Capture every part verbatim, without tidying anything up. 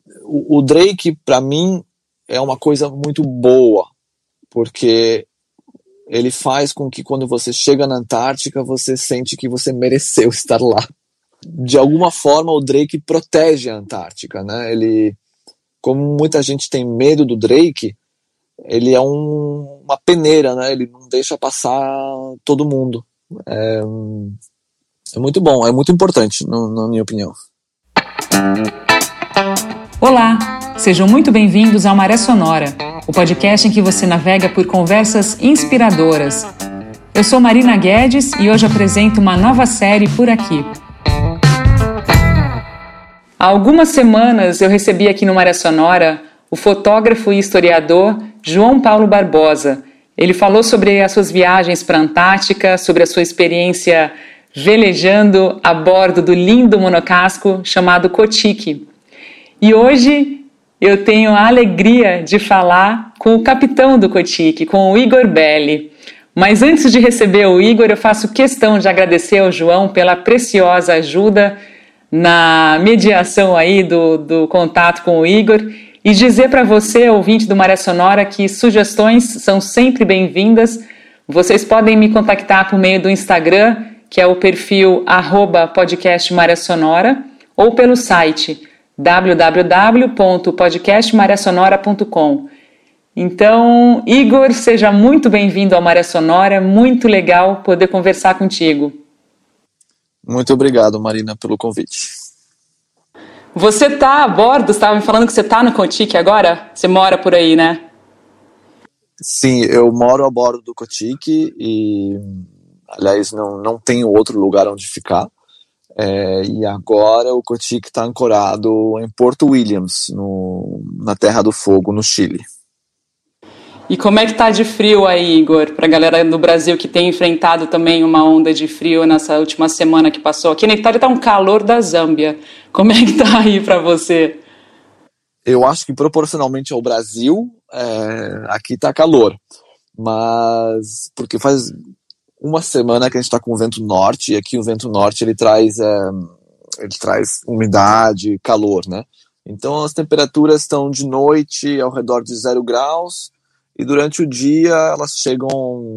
o, o Drake, para mim, é uma coisa muito boa, porque ele faz com que quando você chega na Antártica, você sente que você mereceu estar lá. De alguma forma, o Drake protege a Antártica, né? Ele, como muita gente tem medo do Drake, ele é um, uma peneira, né? Ele não deixa passar todo mundo. É, é muito bom, é muito importante, no, na minha opinião. Olá, sejam muito bem-vindos ao Maré Sonora, o podcast em que você navega por conversas inspiradoras. Eu sou Marina Guedes e hoje apresento uma nova série por aqui. Há algumas semanas eu recebi aqui no Maré Sonora o fotógrafo e historiador João Paulo Barbosa. Ele falou sobre as suas viagens para a Antártica, sobre a sua experiência velejando a bordo do lindo monocasco chamado Kotick. E hoje eu tenho a alegria de falar com o capitão do Kotick, com o Igor Belli. Mas antes de receber o Igor, eu faço questão de agradecer ao João pela preciosa ajuda na mediação aí do, do contato com o Igor e dizer para você, ouvinte do Maré Sonora, que sugestões são sempre bem-vindas. Vocês podem me contactar por meio do Instagram, que é o perfil arroba podcast Maré Sonora, ou pelo site w w w ponto podcast maré sonora ponto com. Então, Igor, seja muito bem-vindo ao Maré Sonora, muito legal poder conversar contigo. Muito obrigado, Marina, pelo convite. Você está a bordo, você estava me falando que você está no Kotick agora? Você mora por aí, né? Sim, eu moro a bordo do Kotick e, aliás, não, não tenho outro lugar onde ficar. É, e agora o Kotick está ancorado em Porto Williams, no, na Terra do Fogo, no Chile. E como é que tá de frio aí, Igor? Para a galera do Brasil que tem enfrentado também uma onda de frio nessa última semana que passou. Aqui na Itália tá um calor da Zâmbia. Como é que tá aí para você? Eu acho que proporcionalmente ao Brasil, é, aqui tá calor. Mas porque faz uma semana que a gente está com o vento norte, e aqui o vento norte ele traz, é, ele traz umidade, calor, né? Então as temperaturas estão de noite ao redor de zero graus, e durante o dia elas chegam,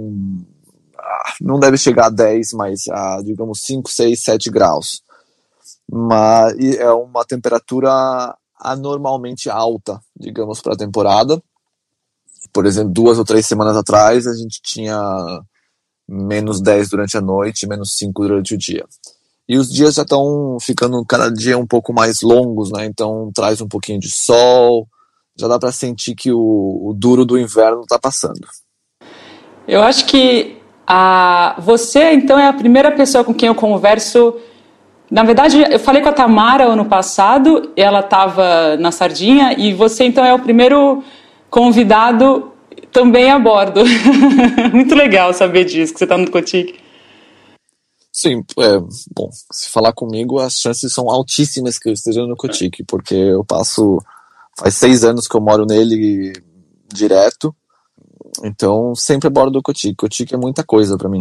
ah, não deve chegar a dez, mas a, digamos, cinco, seis, sete graus. Mas é uma temperatura anormalmente alta, digamos, para a temporada. Por exemplo, duas ou três semanas atrás a gente tinha menos dez durante a noite, menos cinco durante o dia. E os dias já estão ficando cada dia um pouco mais longos, né? Então traz um pouquinho de sol, já dá para sentir que o, o duro do inverno está passando. Eu acho que a, você, então, é a primeira pessoa com quem eu converso. Na verdade, eu falei com a Tamara ano passado, ela estava na Sardinha, e você, então, é o primeiro convidado também a bordo. Muito legal saber disso, que você está no Kotick. Sim, é, bom, se falar comigo, as chances são altíssimas que eu esteja no Kotick, porque eu passo, faz seis anos que eu moro nele direto, então sempre a bordo do Kotick. Kotick é muita coisa para mim.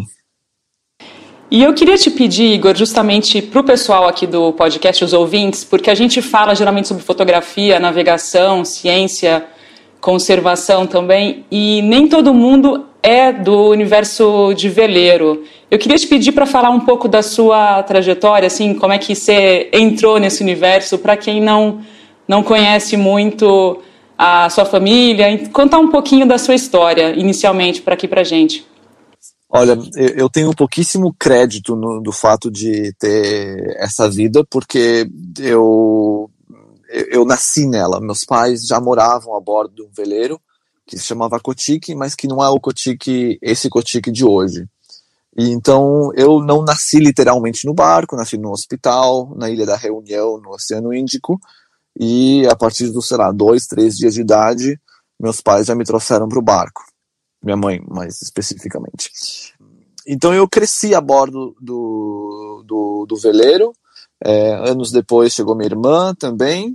E eu queria te pedir, Igor, justamente para o pessoal aqui do podcast, os ouvintes, porque a gente fala geralmente sobre fotografia, navegação, ciência, conservação também, e nem todo mundo é do universo de veleiro. Eu queria te pedir para falar um pouco da sua trajetória, assim, como é que você entrou nesse universo, para quem não, não conhece muito a sua família, contar um pouquinho da sua história, inicialmente, para aqui para a gente. Olha, eu tenho pouquíssimo crédito no, do fato de ter essa vida, porque eu, eu nasci nela. Meus pais já moravam a bordo de um veleiro que se chamava Kotick, mas que não é o Kotick, esse Kotick de hoje. E então eu não nasci literalmente no barco, nasci no hospital, na Ilha da Reunião, no Oceano Índico, e a partir dos, sei lá, dois, três dias de idade, meus pais já me trouxeram para o barco. Minha mãe, mais especificamente. Então eu cresci a bordo do, do, do veleiro. É, anos depois chegou minha irmã também.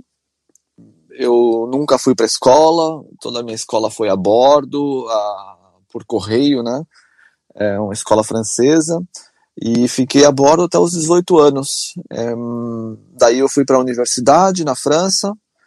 Eu nunca fui para a escola, toda a minha escola foi a bordo, a, por correio, né? É uma escola francesa, e fiquei a bordo até os dezoito anos. É, daí eu fui para a universidade na França,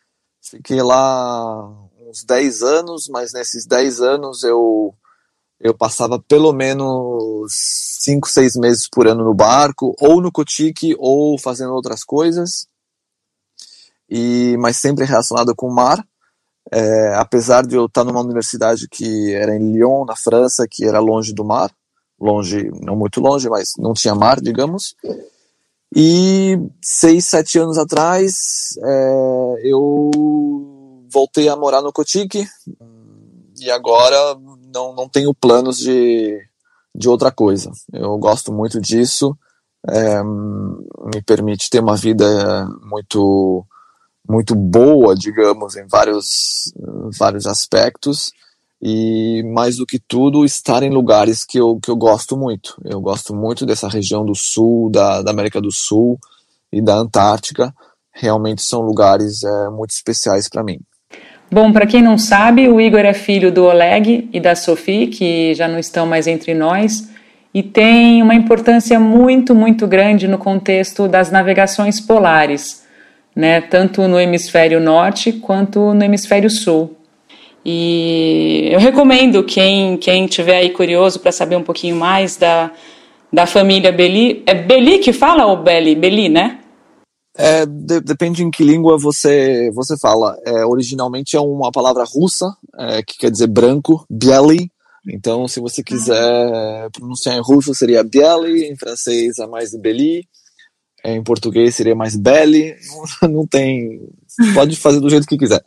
Fiquei lá uns dez anos, mas nesses dez anos eu, eu passava pelo menos cinco, seis meses por ano no barco, ou no Cotique, ou fazendo outras coisas, e, mas sempre relacionado com o mar. É, apesar de eu estar numa universidade que era em Lyon, na França, que era longe do mar, longe, não muito longe, mas não tinha mar, digamos. E seis, sete anos atrás, é, eu voltei a morar no Cotique e agora não, não tenho planos de, de outra coisa. Eu gosto muito disso, é, me permite ter uma vida muito, muito boa, digamos, em vários, vários aspectos. E mais do que tudo, estar em lugares que eu, que eu gosto muito. Eu gosto muito dessa região do sul, da, da América do Sul e da Antártica. Realmente são lugares é, muito especiais para mim. Bom, para quem não sabe, o Igor é filho do Oleg e da Sophie, que já não estão mais entre nós, e tem uma importância muito, muito grande no contexto das navegações polares, né? Tanto no hemisfério norte quanto no hemisfério sul. E eu recomendo quem, quem tiver aí curioso para saber um pouquinho mais da, da família Belli. É Belli que fala ou Belli? Belli, né? É, de, depende em que língua você, você fala. É, originalmente é uma palavra russa, é, que quer dizer branco, bieli. Então, se você quiser pronunciar em russo, seria bieli, em francês é mais Belli, em português seria mais belli. Não, não tem... Pode fazer do jeito que quiser.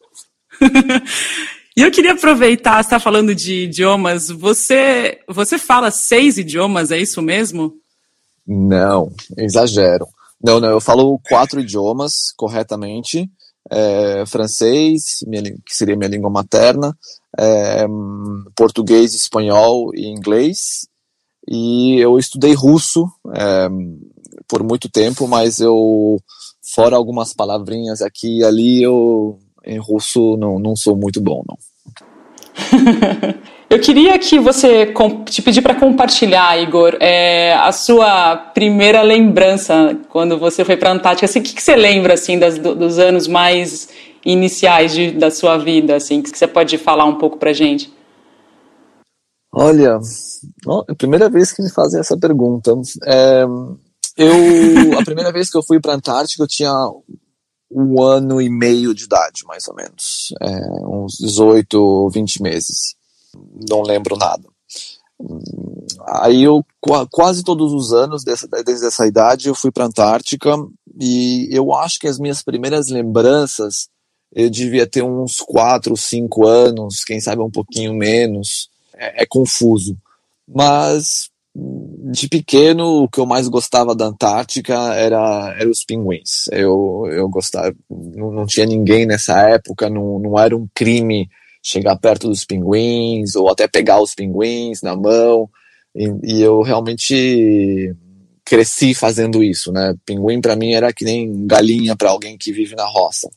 E eu queria aproveitar, você está falando de idiomas, você, você fala seis idiomas, é isso mesmo? Não, exagero. Não, não, eu falo quatro idiomas corretamente, é, francês, minha, que seria minha língua materna, é, português, espanhol e inglês, e eu estudei russo é, por muito tempo, mas eu, fora algumas palavrinhas aqui e ali, eu... Em russo não, não sou muito bom, não. Eu queria que você te pedir para compartilhar, Igor, é, a sua primeira lembrança quando você foi para a Antártica. Assim, o que, que você lembra assim, das, dos anos mais iniciais de, da sua vida? Assim, que você pode falar um pouco para a gente? Olha, é a primeira vez que me fazem essa pergunta. É, eu, a primeira vez que eu fui para a Antártica, eu tinha um ano e meio de idade, mais ou menos. É, uns dezoito, vinte meses. Não lembro nada. Aí eu, quase todos os anos, dessa, desde essa idade, eu fui para a Antártica e eu acho que as minhas primeiras lembranças, eu devia ter uns quatro, cinco anos, quem sabe um pouquinho menos. É, é confuso. Mas... de pequeno, o que eu mais gostava da Antártica era, era os pinguins. Eu, eu gostava, não, não tinha ninguém nessa época, não, não era um crime chegar perto dos pinguins, ou até pegar os pinguins na mão, e, e eu realmente cresci fazendo isso, né? Pinguim para mim era que nem galinha para alguém que vive na roça.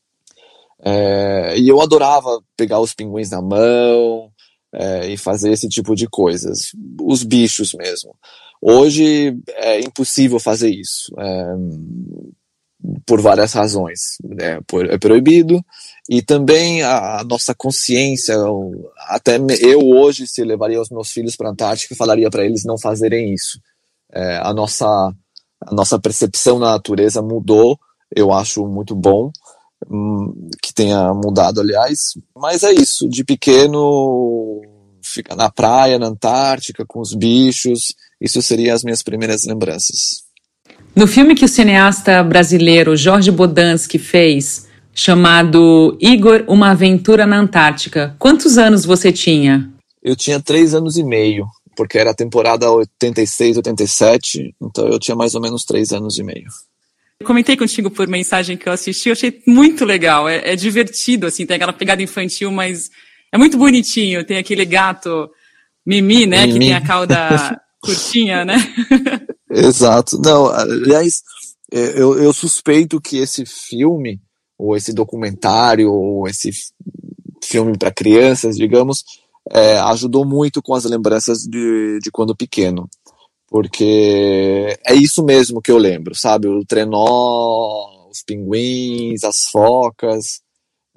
É, e eu adorava pegar os pinguins na mão, É, e fazer esse tipo de coisas, os bichos mesmo. Hoje é impossível fazer isso, é, por várias razões. É, é proibido, e também a, a nossa consciência, até eu hoje, se levaria os meus filhos para a Antártica, falaria para eles não fazerem isso. É, a, nossa, a nossa percepção na natureza mudou, eu acho muito bom que tenha mudado, aliás, mas é isso, de pequeno ficar na praia, na Antártica, com os bichos, isso seriam as minhas primeiras lembranças. No filme que o cineasta brasileiro Jorge Bodansky fez, chamado Igor, Uma Aventura na Antártica, quantos anos você tinha? Eu tinha três anos e meio, porque era a temporada oitenta e seis, oitenta e sete, então eu tinha mais ou menos três anos e meio. Eu comentei contigo por mensagem que eu assisti, eu achei muito legal, é, é divertido, assim, tem aquela pegada infantil, mas é muito bonitinho, tem aquele gato Mimi, né, Mimi. Que tem a cauda curtinha, né? Exato, não, aliás, eu, eu suspeito que esse filme, ou esse documentário, ou esse filme para crianças, digamos, é, ajudou muito com as lembranças de, de quando pequeno. Porque é isso mesmo que eu lembro, sabe? O trenó, os pinguins, as focas,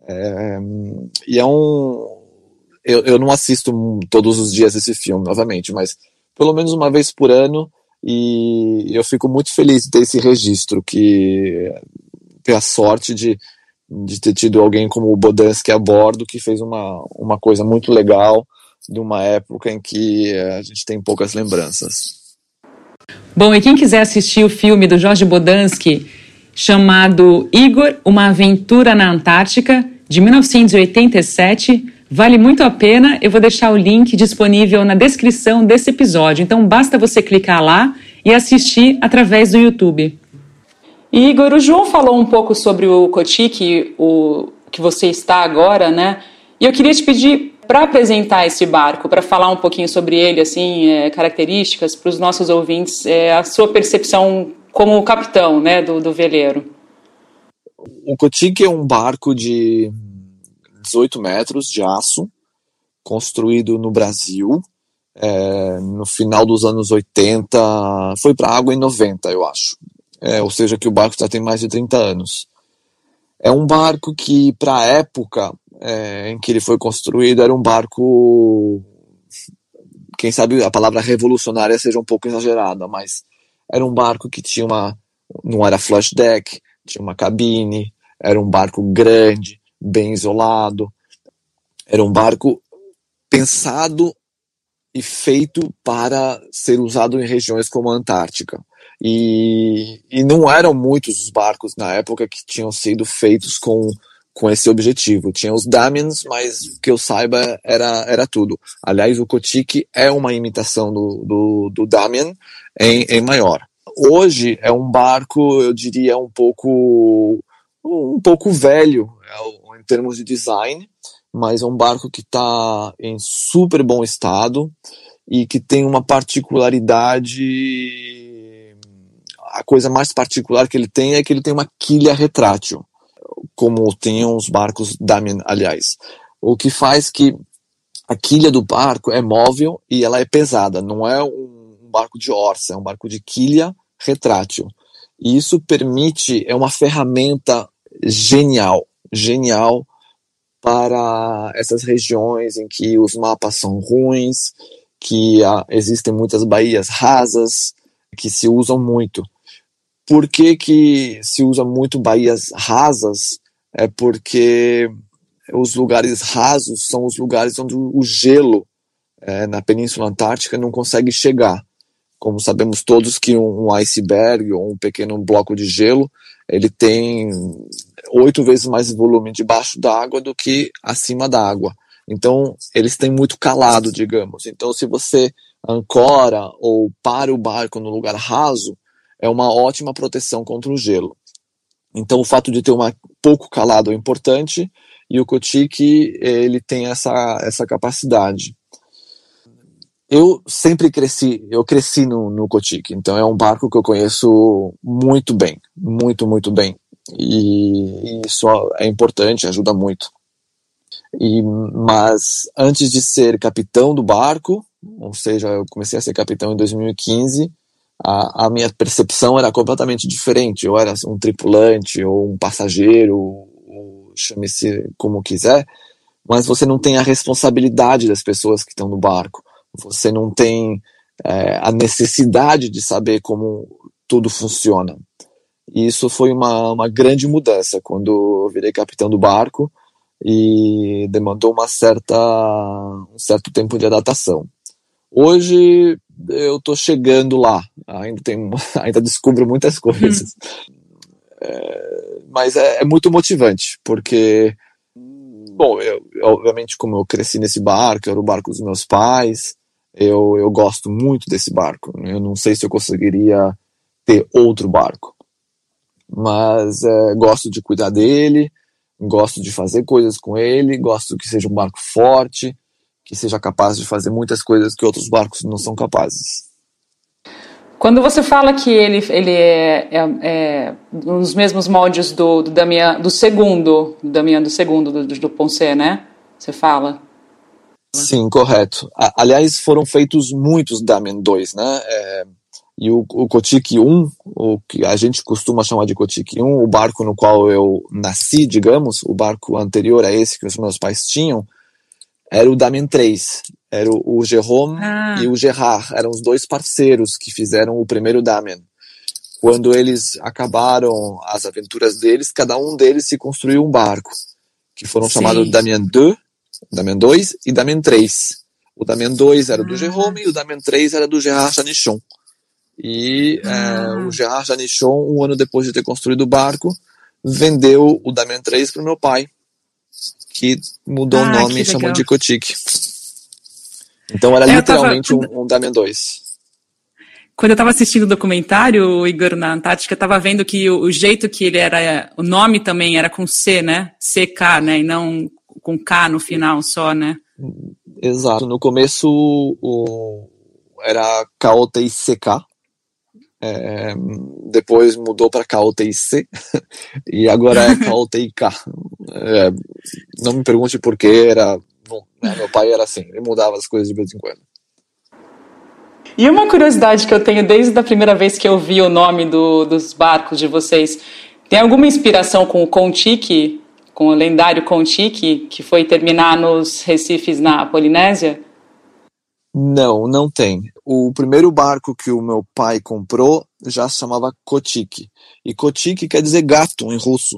É, e é um... Eu, eu não assisto todos os dias esse filme, novamente, mas pelo menos uma vez por ano, e eu fico muito feliz de ter esse registro, que ter a sorte de, de ter tido alguém como o Bodansky a bordo, que fez uma, uma coisa muito legal, de uma época em que a gente tem poucas lembranças. Bom, e quem quiser assistir o filme do Jorge Bodansky, chamado Igor, Uma Aventura na Antártica, de mil novecentos e oitenta e sete, vale muito a pena. Eu vou deixar o link disponível na descrição desse episódio, então basta você clicar lá e assistir através do YouTube. E, Igor, o João falou um pouco sobre o Kotick, o que você está agora, né? E eu queria te pedir para apresentar esse barco, para falar um pouquinho sobre ele, assim, é, características para os nossos ouvintes, é, a sua percepção como capitão, né, do, do veleiro. O Kotick é um barco de dezoito metros de aço, construído no Brasil, é, no final dos anos oitenta, foi para a água em noventa, eu acho. É, ou seja, que o barco já tem mais de trinta anos. É um barco que, para a época é, em que ele foi construído, era um barco, quem sabe a palavra revolucionária seja um pouco exagerada, mas era um barco que tinha uma, não era flush deck, tinha uma cabine, era um barco grande, bem isolado, era um barco pensado e feito para ser usado em regiões como a Antártica. E, e não eram muitos os barcos na época que tinham sido feitos com, com esse objetivo. Tinha os Damians, mas que eu saiba era, era tudo. Aliás, o Kotick é uma imitação do, do, do Damian em, em maior. Hoje é um barco, eu diria, um pouco, um pouco velho em termos de design, mas é um barco que está em super bom estado e que tem uma particularidade. A coisa mais particular que ele tem é que ele tem uma quilha retrátil, como tem os barcos Damian, aliás. O que faz que a quilha do barco é móvel e ela é pesada, não é um barco de orça, é um barco de quilha retrátil. E isso permite, é uma ferramenta genial, genial para essas regiões em que os mapas são ruins, que ah, existem muitas baías rasas, que se usam muito. Por que que se usa muito baías rasas? É porque os lugares rasos são os lugares onde o gelo é, na Península Antártica não consegue chegar. Como sabemos todos que um, um iceberg ou um pequeno bloco de gelo, ele tem oito vezes mais volume debaixo da água do que acima da água. Então, eles têm muito calado, digamos. Então, se você ancora ou para o barco no lugar raso, é uma ótima proteção contra o gelo. Então, o fato de ter uma pouco calado é importante, e o Kotick, ele tem essa, essa capacidade. Eu sempre cresci, eu cresci no, no Kotick, então é um barco que eu conheço muito bem, muito, muito bem. E, e isso é importante, ajuda muito. E, mas antes de ser capitão do barco, ou seja, eu comecei a ser capitão em dois mil e quinze, a, a minha percepção era completamente diferente. Eu era um tripulante ou um passageiro, ou chame-se como quiser, mas você não tem a responsabilidade das pessoas que estão no barco. Você não tem é, a necessidade de saber como tudo funciona. E isso foi uma, uma grande mudança quando eu virei capitão do barco, e demandou uma certa, um certo tempo de adaptação. Hoje eu estou chegando lá, ainda, tem, ainda descubro muitas coisas. Hum. É, mas é, é muito motivante, porque, bom, eu, obviamente como eu cresci nesse barco, era o barco dos meus pais, eu, eu gosto muito desse barco. Eu não sei se eu conseguiria ter outro barco, mas é, gosto de cuidar dele, gosto de fazer coisas com ele, gosto que seja um barco forte, que seja capaz de fazer muitas coisas que outros barcos não são capazes. Quando você fala que ele, ele é, é, é nos mesmos moldes do, do Damian, do segundo, do Damian do segundo, do, do Poncet, né? Você fala? Sim, correto. A, aliás, foram feitos muitos Damian dois, né? É, E o, o Kotick um, o que a gente costuma chamar de Kotick um, o barco no qual eu nasci, digamos, o barco anterior a esse que os meus pais tinham, era o Damien três. Era o, o Jérôme ah. e o Gerard. Eram os dois parceiros que fizeram o primeiro Damien. Quando eles acabaram as aventuras deles, cada um deles se construiu um barco, que foram Sim. chamados Damien dois, Damien dois e Damien três. O Damien dois era do ah. Jérôme e o Damien três era do Gerard Janichon. E ah. é, o Gerard Janichon, um ano depois de ter construído o barco, vendeu o Damien três para o meu pai, que mudou ah, o nome e chamou de Kotick. Então era é, literalmente tava... um, um Damien dois. Quando eu estava assistindo o documentário, o Igor, na Antártica, eu estava vendo que o, o jeito que ele era, o nome também era com C, né? C K, né? E não com K no final só, né? Exato. No começo o, era K O T I C K, é, depois mudou para K O T I C e agora é K O T I K. É, não me pergunte por quê, era, bom, né, meu pai era assim, ele mudava as coisas de vez em quando. E uma curiosidade que eu tenho desde a primeira vez que eu vi o nome do, dos barcos de vocês, tem alguma inspiração com o Kon-Tiki, com o lendário Kon-Tiki, que foi terminar nos recifes na Polinésia? Não, não tem. O primeiro barco que o meu pai comprou já se chamava Kotick. E Kotick quer dizer gato em russo.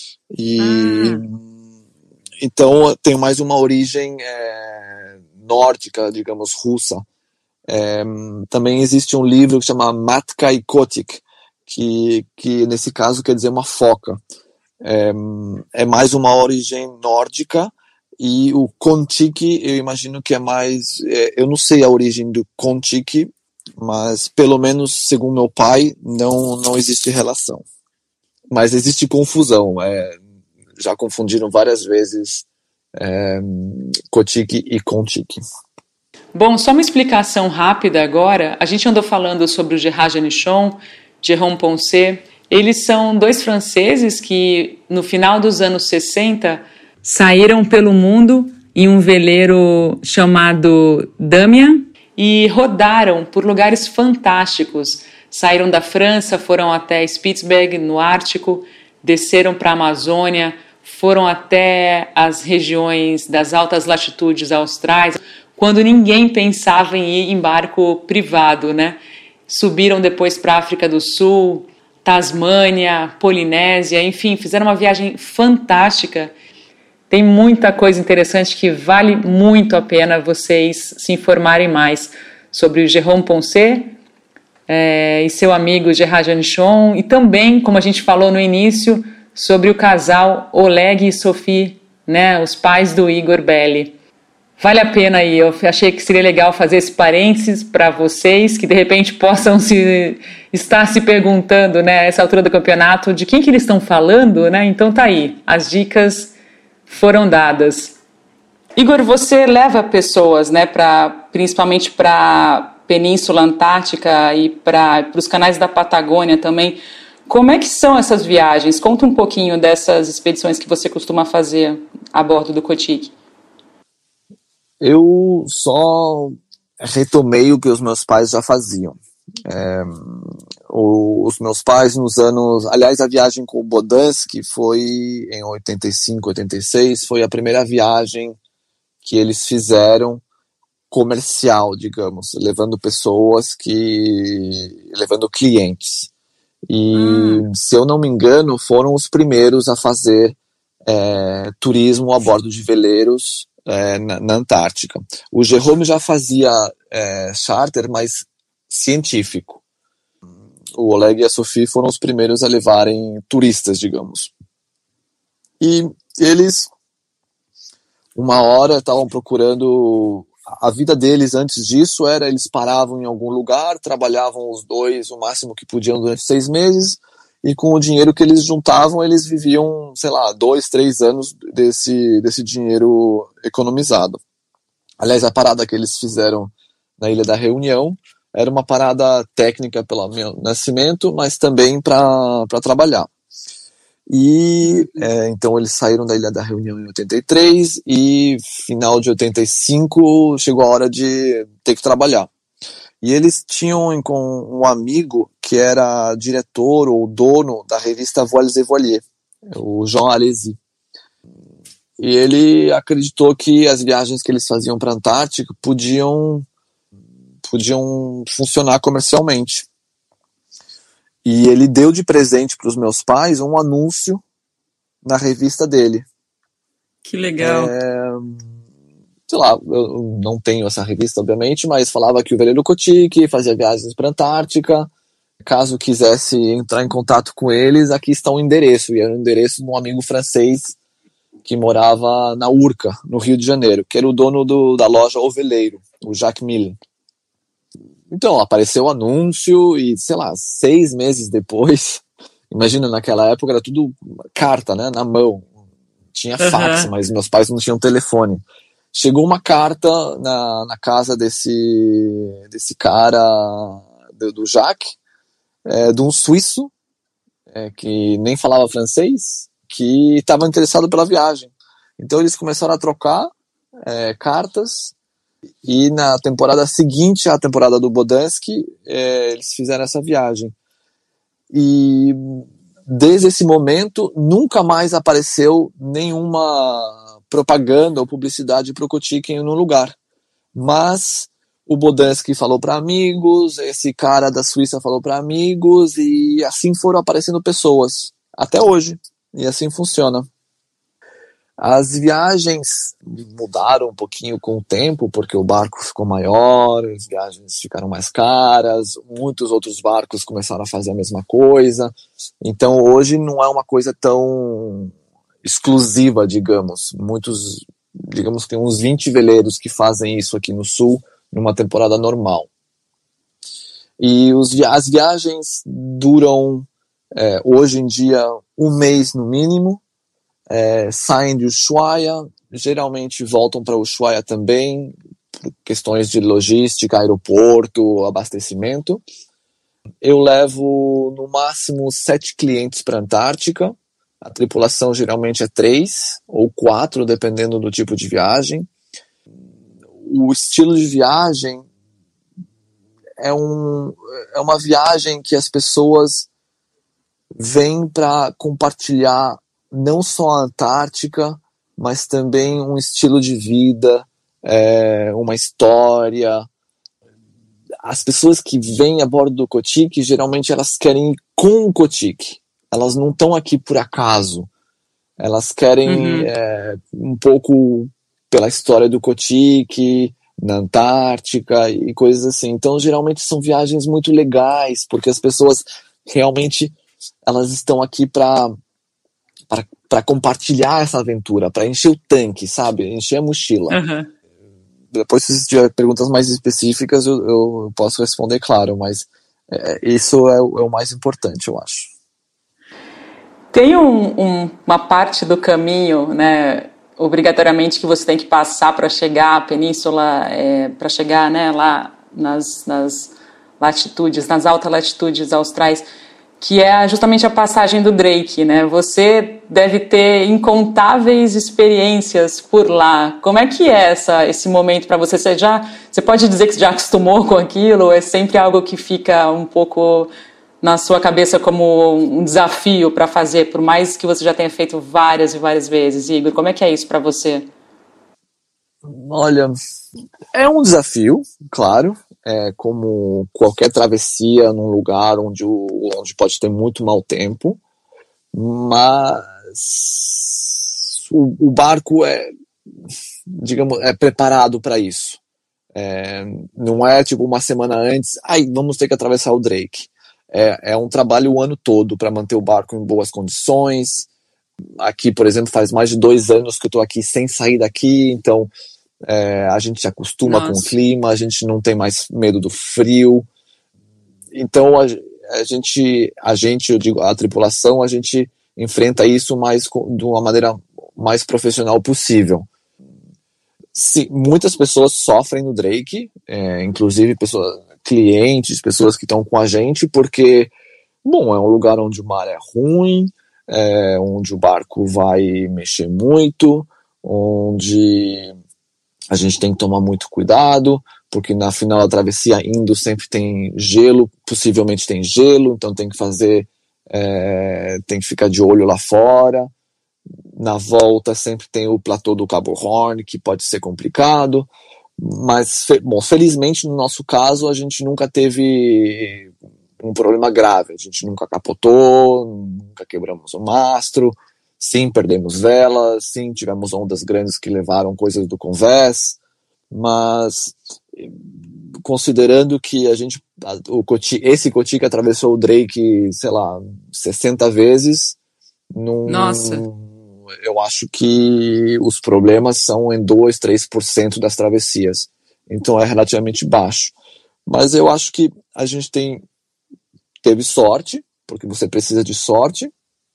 E ah. Então tem mais uma origem é, nórdica, digamos, russa. É, também existe um livro que chama Matka e Kotick, que, que nesse caso quer dizer uma foca. É, é mais uma origem nórdica. E o Kon-Tiki, eu imagino que é mais... É, eu não sei a origem do Kon-Tiki, mas pelo menos, segundo meu pai, não, não existe relação. Mas existe confusão. É, já confundiram várias vezes é, Kotick e Kon-Tiki. Bom, só uma explicação rápida agora. A gente andou falando sobre o Gerard Janichon, Jérôme Poncet. Eles são dois franceses que, no final dos anos sessenta... saíram pelo mundo em um veleiro chamado Damien e rodaram por lugares fantásticos. Saíram da França, foram até Spitzberg, no Ártico, desceram para a Amazônia, foram até as regiões das altas latitudes austrais, quando ninguém pensava em ir em barco privado, né? Subiram depois para a África do Sul, Tasmânia, Polinésia, enfim, fizeram uma viagem fantástica. Tem muita coisa interessante que vale muito a pena vocês se informarem mais sobre o Jérôme Poncet é, e seu amigo Gerard Janichon, e também, como a gente falou no início, sobre o casal Oleg e Sophie, né, os pais do Igor Belli. Vale a pena aí, eu achei que seria legal fazer esse parênteses para vocês que de repente possam se, estar se perguntando, né, a essa altura do campeonato, de quem que eles estão falando, né? Então tá aí, as dicas foram dadas. Igor, você leva pessoas, né, pra, principalmente para a Península Antártica e para os canais da Patagônia também. Como é que são essas viagens? Conta um pouquinho dessas expedições que você costuma fazer a bordo do Kotick. Eu só retomei o que os meus pais já faziam. É, os meus pais nos anos... Aliás, a viagem com o Bodansky foi em oitenta e cinco, oitenta e seis, foi a primeira viagem que eles fizeram comercial, digamos, levando pessoas que... levando clientes. E, hum. se eu não me engano, foram os primeiros a fazer é, turismo a bordo de veleiros é, na, na Antártica. O Jérôme já fazia é, charter, mas científico. O Oleg e a Sophie foram os primeiros a levarem turistas, digamos. E eles, uma hora, estavam procurando... A vida deles antes disso era, eles paravam em algum lugar, trabalhavam os dois o máximo que podiam durante seis meses, e com o dinheiro que eles juntavam, eles viviam, sei lá, dois, três anos desse, desse dinheiro economizado. Aliás, a parada que eles fizeram na Ilha da Reunião era uma parada técnica pelo meu nascimento, mas também para trabalhar. E é, então eles saíram da Ilha da Reunião em oitenta e três e final de oitenta e cinco chegou a hora de ter que trabalhar. E eles tinham com um amigo que era diretor ou dono da revista Voiles et Voiliers, o Jean Alesi. E ele acreditou que as viagens que eles faziam para a Antártica podiam, podiam funcionar comercialmente. E ele deu de presente para os meus pais um anúncio na revista dele. Que legal. É, sei lá, eu não tenho essa revista, obviamente, mas falava que o veleiro Cotique fazia viagens para a Antártica. Caso quisesse entrar em contato com eles, aqui está o endereço. E era o endereço de um amigo francês que morava na Urca, no Rio de Janeiro, que era o dono do, da loja O Veleiro, o Jacques Mille. Então, apareceu o anúncio e, sei lá, seis meses depois, imagina, naquela época era tudo carta, né, na mão. Tinha fax, uhum. Mas meus pais não tinham telefone. Chegou uma carta na, na casa desse, desse cara, do, do Jacques, é, de um suíço, é, que nem falava francês, que estava interessado pela viagem. Então eles começaram a trocar é, cartas, e na temporada seguinte à temporada do Bodansky, é, eles fizeram essa viagem. E desde esse momento nunca mais apareceu nenhuma propaganda ou publicidade para o Cotique no lugar. Mas o Bodansky falou para amigos, esse cara da Suíça falou para amigos, e assim foram aparecendo pessoas até hoje. E assim funciona. As viagens mudaram um pouquinho com o tempo, porque o barco ficou maior, as viagens ficaram mais caras, muitos outros barcos começaram a fazer a mesma coisa. Então hoje não é uma coisa tão exclusiva, digamos. Muitos, digamos que tem uns vinte veleiros que fazem isso aqui no Sul, numa temporada normal. E os, as viagens duram, é, hoje em dia, um mês no mínimo. É, saem de Ushuaia, geralmente voltam para Ushuaia também, por questões de logística, aeroporto, abastecimento. Eu levo no máximo sete clientes para a Antártica. A tripulação geralmente é três ou quatro, dependendo do tipo de viagem. O estilo de viagem é, um, é uma viagem que as pessoas vêm para compartilhar não só a Antártica, mas também um estilo de vida, é, uma história. As pessoas que vêm a bordo do Cotique, geralmente elas querem ir com o Cotique. Elas não estão aqui por acaso. Elas querem uhum. é, um pouco pela história do Cotique, na Antártica e coisas assim. Então, geralmente são viagens muito legais, porque as pessoas realmente elas estão aqui para para compartilhar essa aventura, para encher o tanque, sabe? Encher a mochila. Uhum. Depois, se tiver perguntas mais específicas, eu, eu posso responder, claro, mas é, isso é o, é o mais importante, eu acho. Tem um, um, uma parte do caminho, né, obrigatoriamente, que você tem que passar para chegar à península, é, para chegar, né, lá nas, nas latitudes, nas altas latitudes austrais, que é justamente a passagem do Drake, né? Você deve ter incontáveis experiências por lá. Como é que é essa, esse momento para você? Você já, você pode dizer que você já acostumou com aquilo? Ou é sempre algo que fica um pouco na sua cabeça como um desafio para fazer, por mais que você já tenha feito várias e várias vezes? Igor, como é que é isso para você? Olha, é um desafio, claro. É como qualquer travessia num lugar onde, o, onde pode ter muito mau tempo, mas o, o barco é, digamos, é preparado para isso. É, não é tipo uma semana antes, ai, vamos ter que atravessar o Drake. É, é um trabalho o ano todo para manter o barco em boas condições. Aqui, por exemplo, faz mais de dois anos que eu estou aqui sem sair daqui, então É, a gente se acostuma Nossa. com o clima, a gente não tem mais medo do frio. Então a, a gente, a gente, eu digo, a tripulação, a gente enfrenta isso mais de uma maneira mais profissional possível. Sim, muitas pessoas sofrem no Drake, é, inclusive pessoas, clientes, pessoas que estão com a gente, porque, bom, é um lugar onde o mar é ruim, é, onde o barco vai mexer muito, onde a gente tem que tomar muito cuidado, porque na final da travessia indo sempre tem gelo, possivelmente tem gelo, então tem que fazer, é, tem que ficar de olho lá fora. Na volta sempre tem o platô do Cabo Horn, que pode ser complicado, mas, bom, felizmente no nosso caso a gente nunca teve um problema grave, a gente nunca capotou, nunca quebramos o mastro, sim, perdemos velas, sim, tivemos ondas grandes que levaram coisas do convés, mas considerando que a gente, o Coty, esse Coty que atravessou o Drake, sei lá, sessenta vezes, num, Nossa. eu acho que os problemas são em dois, três por cento das travessias, então é relativamente baixo, mas eu acho que a gente tem teve sorte, porque você precisa de sorte,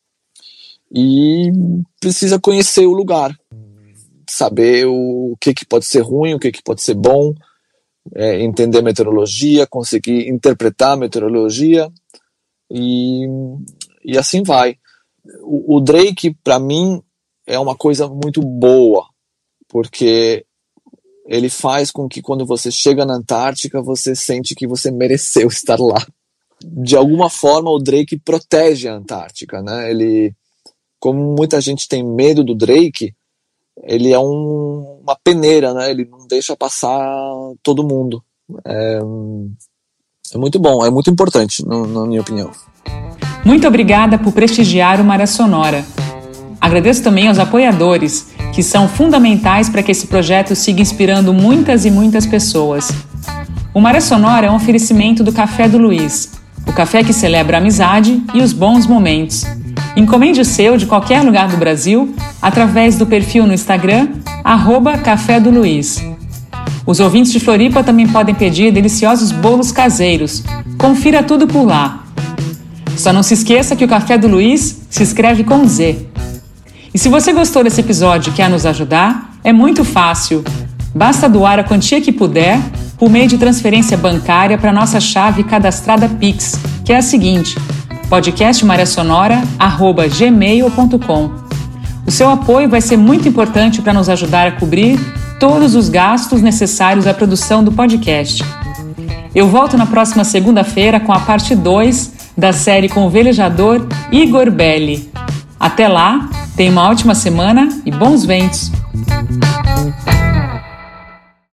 e precisa conhecer o lugar, saber o que, que pode ser ruim, o que, que pode ser bom, é, entender a meteorologia, conseguir interpretar a meteorologia, e, e assim vai. O, o Drake, para mim, é uma coisa muito boa, porque ele faz com que quando você chega na Antártica, você sente que você mereceu estar lá. De alguma forma, o Drake protege a Antártica, né? Ele, como muita gente tem medo do Drake, ele é um, uma peneira, né? Ele não deixa passar todo mundo. É, é muito bom, é muito importante, no, na minha opinião. Muito obrigada por prestigiar o Maré Sonora. Agradeço também aos apoiadores, que são fundamentais para que esse projeto siga inspirando muitas e muitas pessoas. O Maré Sonora é um oferecimento do Café do Luiz, o café que celebra a amizade e os bons momentos. Encomende o seu de qualquer lugar do Brasil através do perfil no Instagram, arroba Café do Luiz. Os ouvintes de Floripa também podem pedir deliciosos bolos caseiros. Confira tudo por lá. Só não se esqueça que o Café do Luiz se escreve com Z. E se você gostou desse episódio e quer nos ajudar, é muito fácil. Basta doar a quantia que puder por meio de transferência bancária para nossa chave cadastrada Pix, que é a seguinte: podcast maré sonora arroba gmail ponto com. O seu apoio vai ser muito importante para nos ajudar a cobrir todos os gastos necessários à produção do podcast. Eu volto na próxima segunda-feira com a parte dois da série com o velejador Igor Belli. Até lá, tenha uma ótima semana e bons ventos!